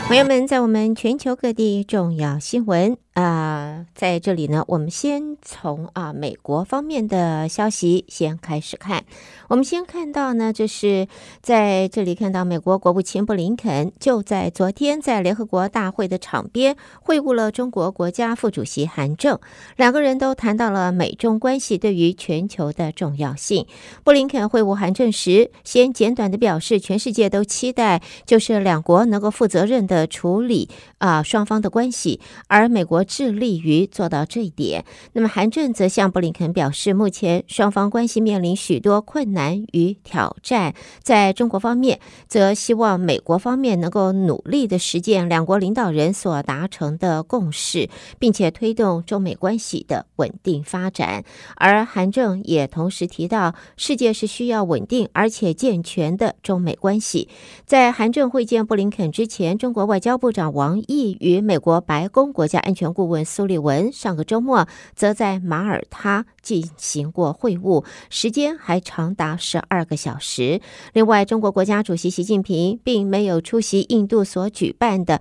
朋友们，在我们全球各地重要新闻在这里呢，我们先从美国方面的消息先开始看。我们先看到呢，就是在这里看到美国国务卿布林肯就在昨天在联合国大会的场边会晤了中国国家副主席韩正，两个人都谈到了美中关系对于全球的重要性。布林肯会晤韩正时，先简短的表示，全世界都期待就是两国能够负责任的处理双方的关系，而美国致力于做到这一点。那么韩正则向布林肯表示，目前双方关系面临许多困难与挑战，在中国方面则希望美国方面能够努力的实践两国领导人所达成的共识，并且推动中美关系的稳定发展。而韩正也同时提到，世界是需要稳定而且健全的中美关系。在韩正会见布林肯之前，中国外交部长王毅与美国白宫国家安全顾问苏利文上个周末则在马耳他进行过会晤，时间还长达12个小时。另外，中国国家主席习近平并没有出席印度所举办的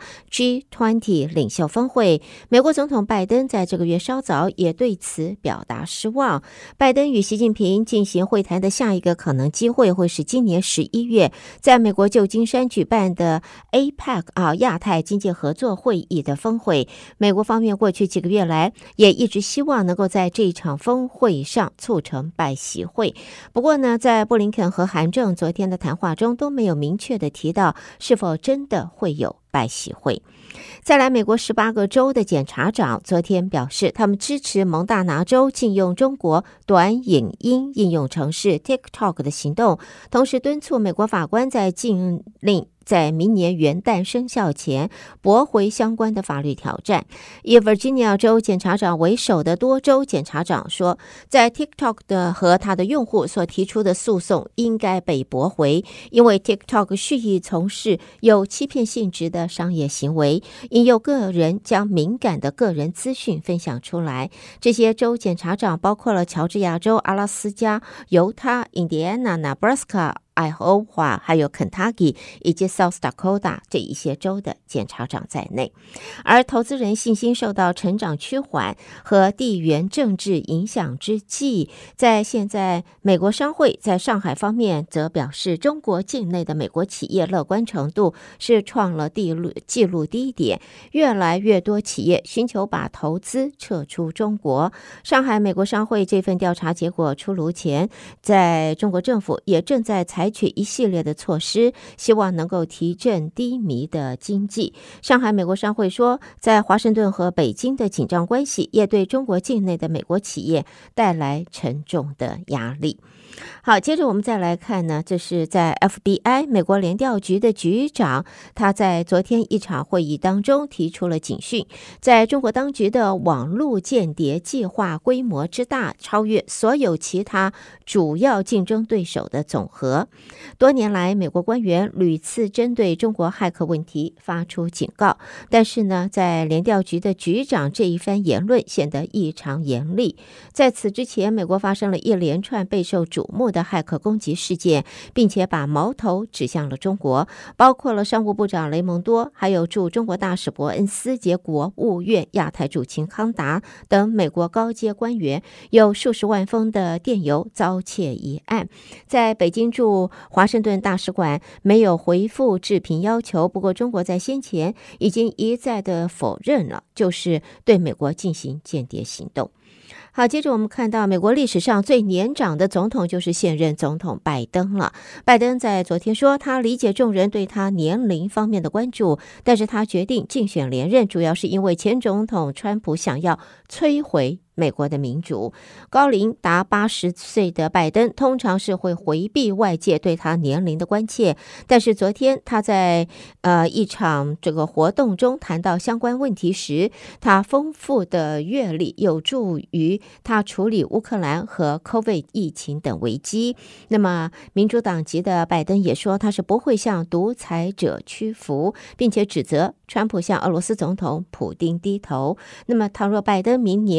G20 领袖峰会。美国总统拜登在这个月稍早也对此表达失望。拜登与习近平进行会谈的下一个可能机会会是今年11月在美国旧金山举办的 APEC 亚太经济合作会议的峰会。美国方面过去几个月来也一直希望能够在这一场峰会上促成拜习会。不过呢，在布林肯和韩正昨天的谈话中都没有明确的提到是否真的会有拜习会。再来，美国18个州的检察长昨天表示，他们支持蒙大拿州禁用中国短影音应用程式 TikTok 的行动，同时敦促美国法官在禁令在明年元旦生效前驳回相关的法律挑战。以 Virginia 州检察长为首的多州检察长说，在 TikTok 和他的用户所提出的诉讼应该被驳回，因为 TikTok 蓄意从事有欺骗性质的商业行为，引诱个人将敏感的个人资讯分享出来。这些州检察长包括了乔治亚州、阿拉斯加、犹他、印第安纳、Nebraska、爱荷华还有肯塔基以及 South Dakota 这一些州的检察长在内。而投资人信心受到成长趋缓和地缘政治影响之际，在现在美国商会在上海方面则表示，中国境内的美国企业乐观程度是创了纪录低点，越来越多企业寻求把投资撤出中国。上海美国商会这份调查结果出炉前，在中国政府也正在采取一系列的措施，希望能够提振低迷的经济。上海美国商会说，在华盛顿和北京的紧张关系也对中国境内的美国企业带来沉重的压力。好，接着我们再来看呢，这是在 FBI 美国联调局的局长，他在昨天一场会议当中提出了警讯，在中国当局的网络间谍计划规模之大，超越所有其他主要竞争对手的总和。多年来，美国官员屡次针对中国骇客问题发出警告，但是呢，在联调局的局长这一番言论显得异常严厉。在此之前，美国发生了一连串备受瞩目的骇客攻击事件，并且把矛头指向了中国，包括了商务部长雷蒙多，还有驻中国大使伯恩斯及国务院亚太驻青康达等美国高阶官员，有数十万封的电邮遭窃一案。在北京驻华盛顿大使馆没有回复置评要求，不过中国在先前已经一再的否认了，就是对美国进行间谍行动。好，接着我们看到美国历史上最年长的总统就是现任总统拜登了。拜登在昨天说，他理解众人对他年龄方面的关注，但是他决定竞选连任，主要是因为前总统川普想要摧毁美国的民主。高龄达80岁的拜登通常是会回避外界对他年龄的关切，但是昨天他在一场这个活动中谈到相关问题时，他丰富的阅历有助于他处理乌克兰和 COVID 疫情等危机。那么民主党籍的拜登也说，他是不会向独裁者屈服，并且指责川普向俄罗斯总统普丁低头。那么倘若拜登明年顺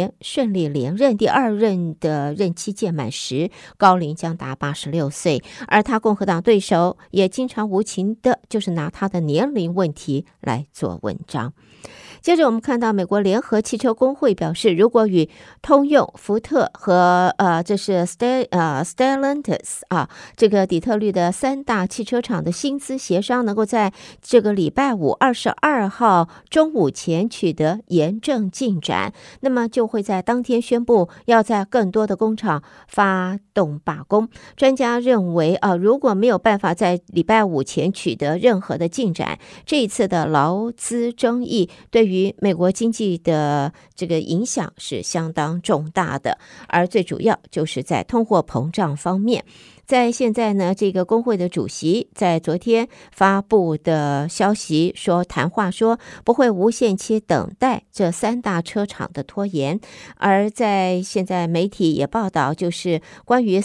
顺利连任，第2任的任期届满时，高龄将达86岁。而他共和党对手也经常无情的，就是拿他的年龄问题来做文章。接着我们看到美国联合汽车工会表示，如果与通用、福特和这是 Stellantis 这个底特律的3大汽车厂的薪资协商能够在这个礼拜五22号中午前取得严正进展，那么就会在当天宣布要在更多的工厂发动罢工。专家认为如果没有办法在礼拜五前取得任何的进展，这一次的劳资争议对于美国经济的这个影响是相当重大的，而最主要就是在通货膨胀方面。在现在呢，这个工会的主席在昨天发布的消息说，谈话说不会无限期等待这3大车厂的拖延。而在现在媒体也报道，就是关于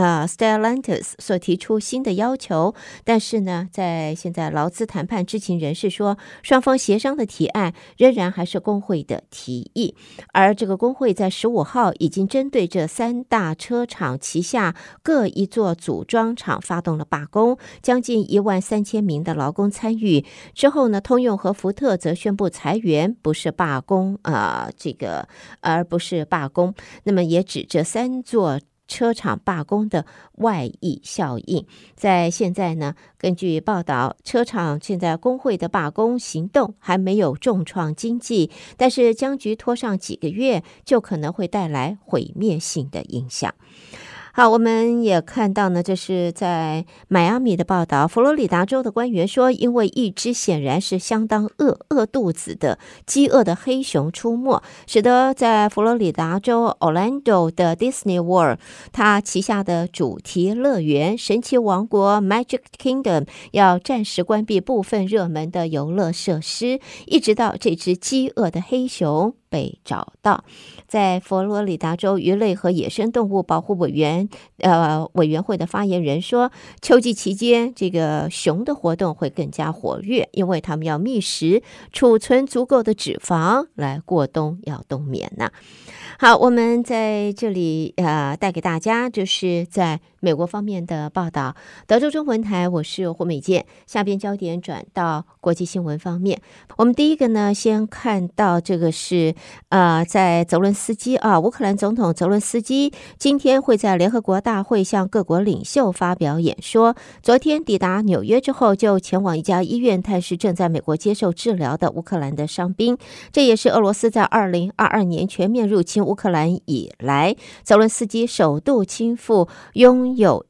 Stellantis 所提出新的要求，但是呢，在现在劳资谈判知情人士说，双方协商的提案仍然还是工会的提议。而这个工会在15号已经针对这3大车厂旗下各一座组装厂发动了罢工，将近13000名的劳工参与。之后呢，通用和福特则宣布裁员，不是罢工而不是罢工。那么也指这3座车厂罢工的外溢效应。在现在呢，根据报道，车厂现在工会的罢工行动还没有重创经济，但是僵局拖上几个月，就可能会带来毁灭性的影响。好，我们也看到呢，这是在迈阿密的报道，佛罗里达州的官员说，因为一只显然是相当饿肚子的饥饿的黑熊出没，使得在佛罗里达州 Orlando 的 Disney World 它旗下的主题乐园神奇王国 Magic Kingdom 要暂时关闭部分热门的游乐设施，一直到这只饥饿的黑熊被找到。在佛罗里达州鱼类和野生动物保护委员会的发言人说，秋季期间这个熊的活动会更加活跃，因为他们要觅食，储存足够的脂肪来过冬，要冬眠呢。好，我们在这里带给大家就是在美国方面的报道。德州中文台，我是胡美健。下边焦点转到国际新闻方面，我们第一个呢，先看到这个是在泽伦斯基乌克兰总统泽伦斯基今天会在联合国大会向各国领袖发表演说。昨天抵达纽约之后，就前往一家医院探视正在美国接受治疗的乌克兰的伤兵。这也是俄罗斯在2022年全面入侵乌克兰以来，泽伦斯基首度亲赴拥有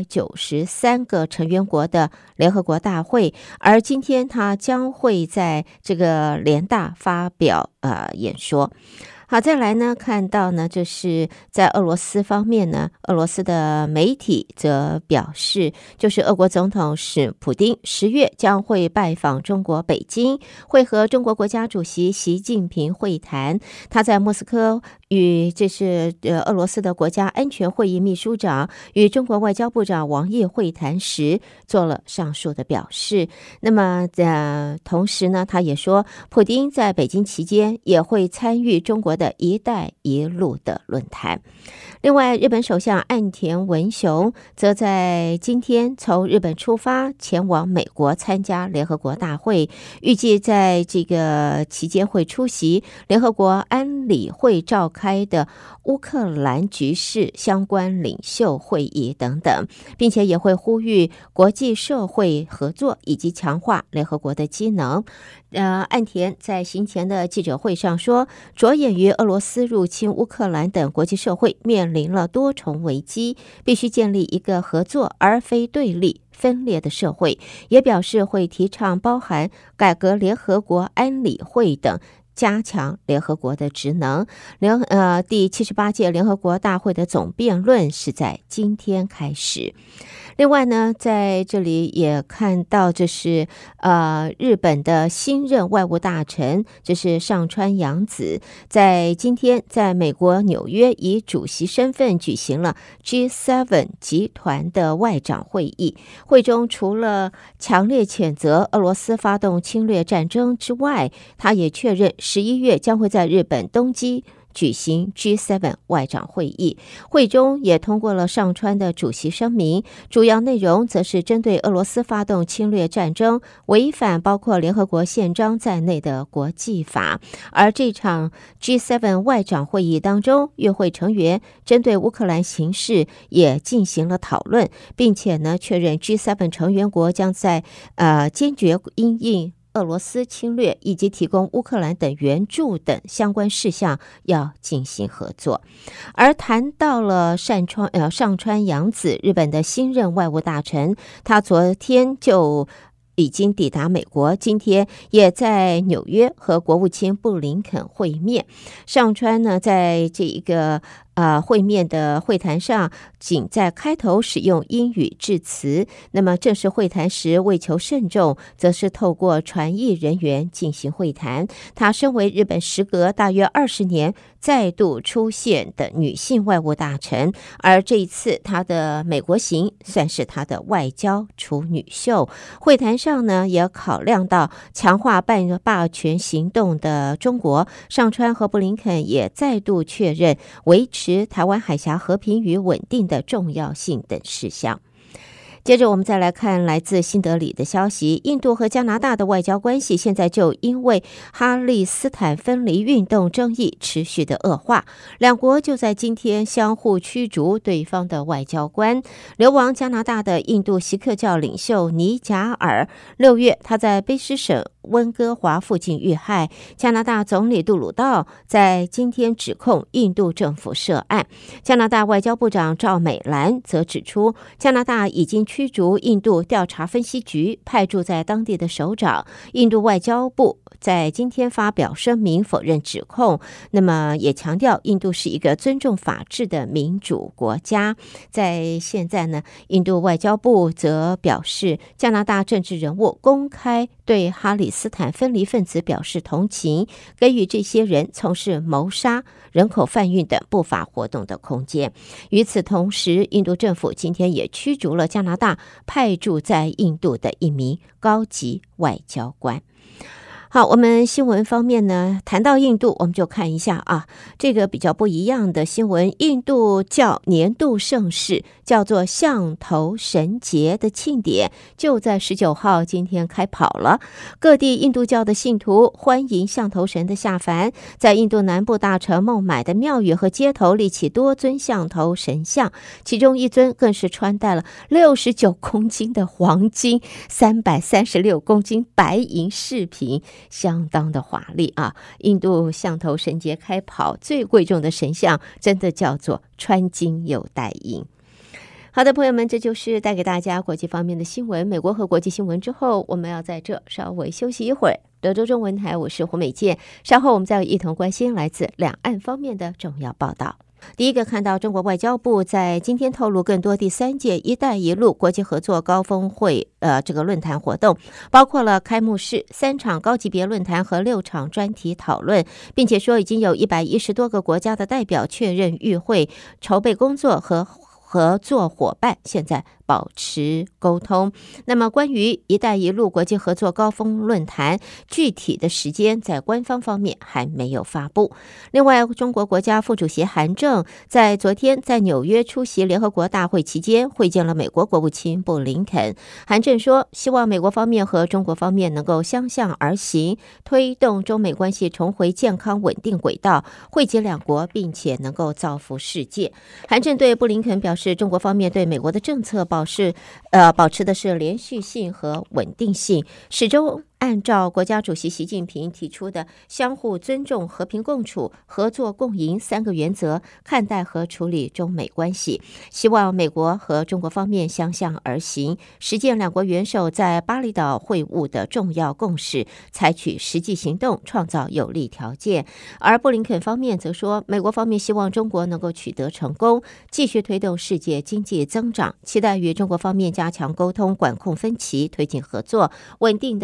193个成员国的联合国大会，而今天他将会在这个联大发表演说。好，再来呢，看到呢，这是在俄罗斯方面呢，俄罗斯的媒体则表示，就是俄国总统普丁10月将会拜访中国北京，会和中国国家主席习近平会谈。他在莫斯科与这是俄罗斯的国家安全会议秘书长与中国外交部长王毅会谈时做了上述的表示。那么同时呢，他也说，普丁在北京期间也会参与中国的一带一路的论坛。另外，日本首相岸田文雄则在今天从日本出发，前往美国参加联合国大会，预计在这个期间会出席联合国安理会召开的乌克兰局势相关领袖会议等等，并且也会呼吁国际社会合作以及强化联合国的机能。岸田在行前的记者会上说，着眼于俄罗斯入侵乌克兰等国际社会面临了多重危机，必须建立一个合作而非对立分裂的社会，也表示会提倡包含改革联合国安理会等，加强联合国的职能。第78届联合国大会的总辩论是在今天开始。另外呢，在这里也看到，这是日本的新任外务大臣，这是上川洋子，在今天在美国纽约以主席身份举行了 G7 集团的外长会议。会中除了强烈谴责俄罗斯发动侵略战争之外，他也确认11月将会在日本东京举行 G7 外长会议，会中也通过了上川的主席声明，主要内容则是针对俄罗斯发动侵略战争，违反包括联合国宪章在内的国际法。而这场 G7 外长会议当中，与会成员针对乌克兰形势也进行了讨论，并且呢确认 G7 成员国将在坚决因应俄罗斯侵略以及提供乌克兰等援助等相关事项要进行合作。而谈到了上川洋子，日本的新任外务大臣，他昨天就已经抵达美国，今天也在纽约和国务卿布林肯会面。上川呢，在这一个会面的会谈上，仅在开头使用英语致辞。那么正式会谈时，为求慎重，则是透过传译人员进行会谈。她身为日本时隔大约20年再度出现的女性外务大臣，而这一次她的美国行算是她的外交处女秀。会谈上呢，也考量到强化半霸权行动的中国，上川和布林肯也再度确认维持台湾海峡和平与稳定的重要性等事项。接着我们再来看来自新德里的消息，印度和加拿大的外交关系现在就因为哈利斯坦分离运动争议持续的恶化，两国就在今天相互驱逐对方的外交官。流亡加拿大的印度锡克教领袖尼贾尔6月他在卑诗省温哥华附近遇害，加拿大总理杜鲁道在今天指控印度政府涉案。加拿大外交部长赵美兰则指出，加拿大已经驱逐印度调查分析局派驻在当地的首长。印度外交部在今天发表声明否认指控，那么也强调印度是一个尊重法治的民主国家。在现在呢，印度外交部则表示，加拿大政治人物公开对哈里斯坦分离分子表示同情，给予这些人从事谋杀、人口贩运等不法活动的空间。与此同时，印度政府今天也驱逐了加拿大派驻在印度的一名高级外交官。好，我们新闻方面呢，谈到印度，我们就看一下这个比较不一样的新闻。印度教年度盛事叫做象头神节的庆典，就在19号今天开跑了。各地印度教的信徒欢迎象头神的下凡，在印度南部大城孟买的庙宇和街头立起多尊象头神像，其中一尊更是穿戴了69公斤的黄金、336公斤白银饰品，相当的华丽啊！印度象头神节开跑，最贵重的神像真的叫做穿金又戴银。好的，朋友们，这就是带给大家国际方面的新闻。美国和国际新闻之后，我们要在这稍微休息一会儿。德州中文台，我是胡美健，稍后我们再一同关心来自两岸方面的重要报道。第一个看到中国外交部在今天透露更多第3届“一带一路”国际合作高峰会这个论坛活动，包括了开幕式、3场高级别论坛和6场专题讨论，并且说已经有110多个国家的代表确认与会筹备工作和合作伙伴现在保持沟通。那么关于“一带一路”国际合作高峰论坛具体的时间在官方方面还没有发布。另外，中国国家副主席韩正在昨天在纽约出席联合国大会期间会见了美国国务卿布林肯。韩正说，希望美国方面和中国方面能够相向而行，推动中美关系重回健康稳定轨道，惠及两国，并且能够造福世界。韩正对布林肯表示，中国方面对美国的政策保持的是连续性和稳定性，始终按照国家主席习近平提出的相互尊重、和平共处、合作共赢3个原则看待和处理中美关系，希望美国和中国方面相向而行，实践两国元首在巴厘岛会晤的重要共识，采取实际行动，创造有利条件。而布林肯方面则说，美国方面希望中国能够取得成功，继续推动世界经济增长，期待与中国方面加强沟通，管控分歧，推进合作，稳定的发展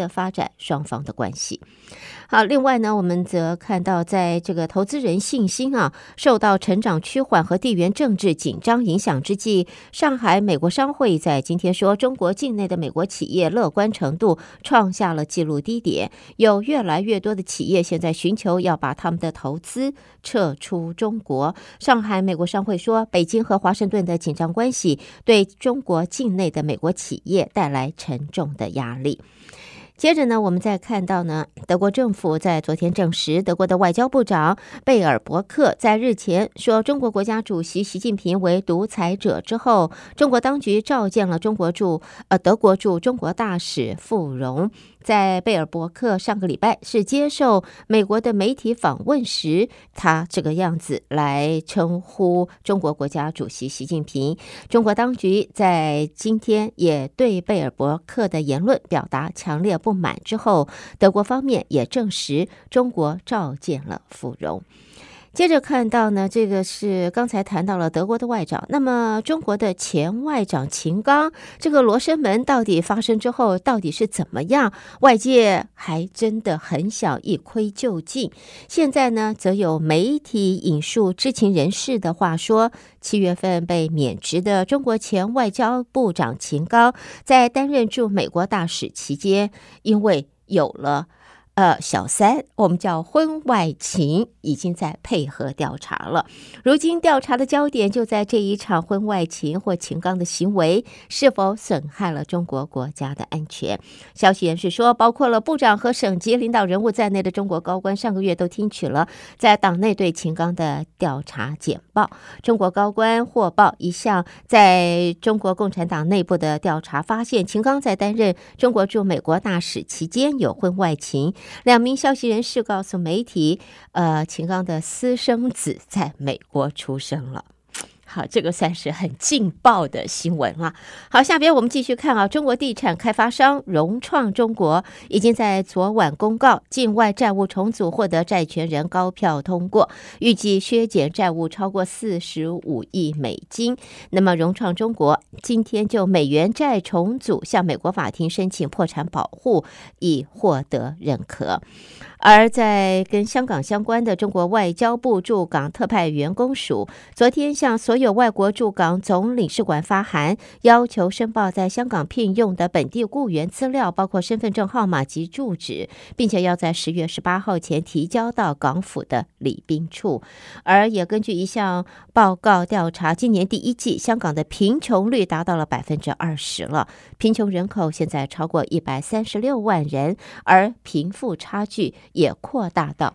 改双方的关系。好，另外呢，我们则看到，在这个投资人信心受到成长趋缓和地缘政治紧张影响之际，上海美国商会在今天说，中国境内的美国企业乐观程度创下了纪录低点，有越来越多的企业现在寻求要把他们的投资撤出中国。上海美国商会说，北京和华盛顿的紧张关系对中国境内的美国企业带来沉重的压力。接着呢，我们再看到呢，德国政府在昨天证实，德国的外交部长贝尔伯克在日前说中国国家主席习近平为独裁者之后，中国当局召见了德国驻中国大使傅荣。在贝尔伯克上个礼拜是接受美国的媒体访问时，他这个样子来称呼中国国家主席习近平。中国当局在今天也对贝尔伯克的言论表达强烈不满之后，德国方面也证实中国召见了傅荣。接着看到呢，这个是刚才谈到了德国的外长，那么中国的前外长秦刚，这个罗生门到底发生之后到底是怎么样，外界还真的很想一窥究竟。现在呢，则有媒体引述知情人士的话说，7月份被免职的中国前外交部长秦刚，在担任驻美国大使期间，因为有了小三，我们叫婚外情，已经在配合调查了。如今调查的焦点就在这一场婚外情或秦刚的行为是否损害了中国国家的安全。消息人士说，包括了部长和省级领导人物在内的中国高官上个月都听取了在党内对秦刚的调查简报。中国高官获报一项在中国共产党内部的调查发现，秦刚在担任中国驻美国大使期间有婚外情。2名消息人士告诉媒体，秦刚的私生子在美国出生了。好，这个算是很劲爆的新闻啊。好，下边我们继续看中国地产开发商融创中国已经在昨晚公告，境外债务重组获得债权人高票通过，预计削减债务超过45亿美金。那么融创中国今天就美元债重组向美国法庭申请破产保护，以获得认可。而在跟香港相关的中国外交部驻港特派员公署昨天向所有外国驻港总领事馆发函，要求申报在香港聘用的本地雇员资料，包括身份证号码及住址，并且要在10月18号前提交到港府的礼宾处。而也根据一项报告调查，今年第1季香港的贫穷率达到了20%了，贫穷人口现在超过136万人，而贫富差距也扩大到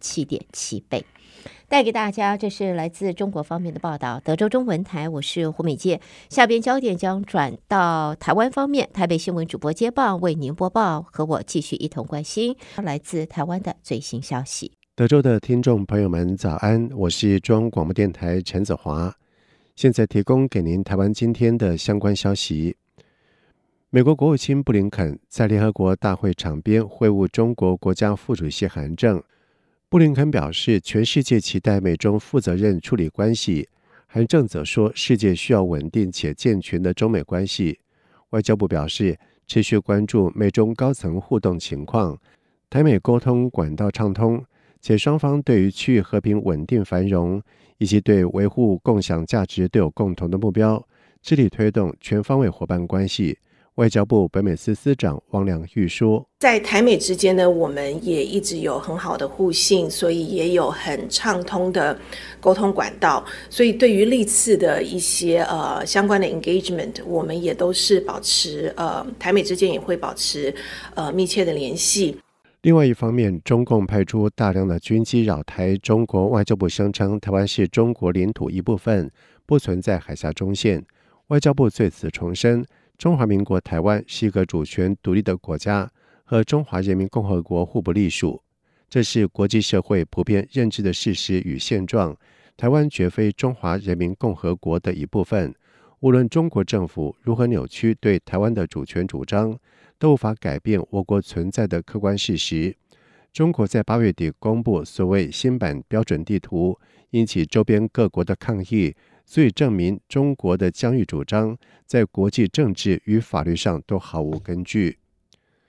57.7倍。带给大家，这是来自中国方面的报道。德州中文台，我是胡美健。下边焦点将转到台湾方面，台北新闻主播接棒为您播报，和我继续一同关心来自台湾的最新消息。 德州的听众朋友们早安，我是中央广播电台陈子华，现在提供给您台湾今天的相关消息。美国国务卿布林肯在联合国大会场边会晤中国国家副主席韩正。布林肯表示，全世界期待美中负责任处理关系。韩正则说，世界需要稳定且健全的中美关系。外交部表示，持续关注美中高层互动情况，台美沟通管道畅通，且双方对于区域和平稳定繁荣以及对维护共享价值都有共同的目标，致力推动全方位伙伴关系。外交部北美司司长汪良玉说， 在台美之间呢，我们也一直有很好的互信，所以也有很畅通的沟通管道，所以对于历次的一些相关的 engagement， 我们也都是保持台美之间也会保持密切的联系。 另外一方面，中共派出大量的军机扰台，中国外交部声称台湾是中国领土一部分，不存在海峡中线。外交部对此重申，中华民国台湾是一个主权独立的国家，和中华人民共和国互不隶属，这是国际社会普遍认知的事实与现状。台湾绝非中华人民共和国的一部分，无论中国政府如何扭曲对台湾的主权主张，都无法改变我国存在的客观事实。中国在8月底公布所谓新版标准地图，引起周边各国的抗议，足以证明中国的疆域主张在国际政治与法律上都毫无根据。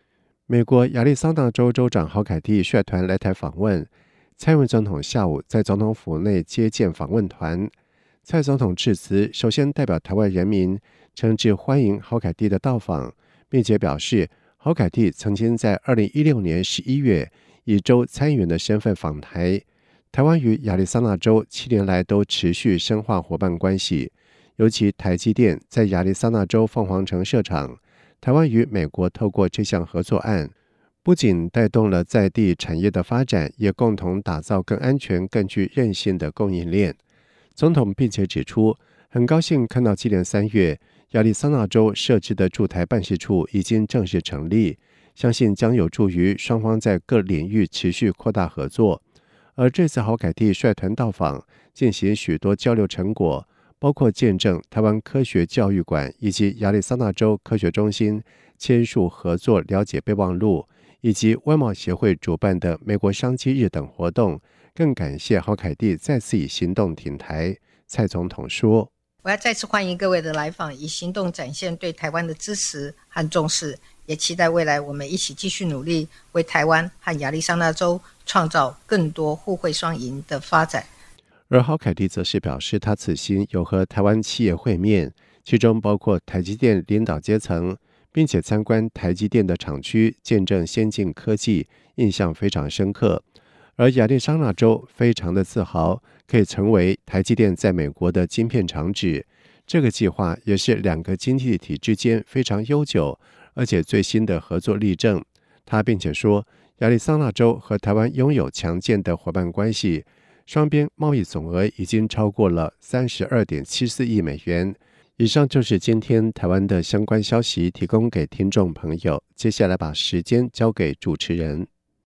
美国亚利桑那州州长郝凯蒂率团来台访问，蔡英文总统下午在总统府内接见访问团。蔡总统致辞，首先代表台湾人民诚挚欢迎郝凯蒂的到访，并且表示郝凯蒂曾经在2016年11月以州参议员的身份访台。台湾与亚利桑那州7年来都持续深化伙伴关系，尤其台积电在亚利桑那州凤凰城设厂，台湾与美国透过这项合作案，不仅带动了在地产业的发展，也共同打造更安全、更具韧性的供应链。总统并且指出，很高兴看到今年3月亚利桑那州设置的驻台办事处已经正式成立，相信将有助于双方在各领域持续扩大合作。而这次郝凯蒂率团到访，进行许多交流成果，包括见证台湾科学教育馆以及亚利桑那州科学中心签署合作了解备忘录，以及外贸协会主办的美国商机日等活动。更感谢郝凯蒂再次以行动挺台。蔡总统说， 我要再次欢迎各位的来访，以行动展现对台湾的支持和重视，也期待未来我们一起继续努力，为台湾和亚利桑那州创造更多互惠双赢的发展。 而郝凯蒂则是表示，他此行有和台湾企业会面，其中包括台积电领导阶层，并且参观台积电的厂区，见证先进科技，印象非常深刻。而亚利桑那州非常的自豪，可以成为台积电在美国的晶片厂址。这个计划也是两个经济体之间非常悠久而且最新的合作例证。他并且说，亚利桑那州和台湾拥有强健的伙伴关系，双边贸易总额已经超过了32.74亿美元。以上就是今天台湾的相关消息，提供给听众朋友。接下来把时间交给主持人。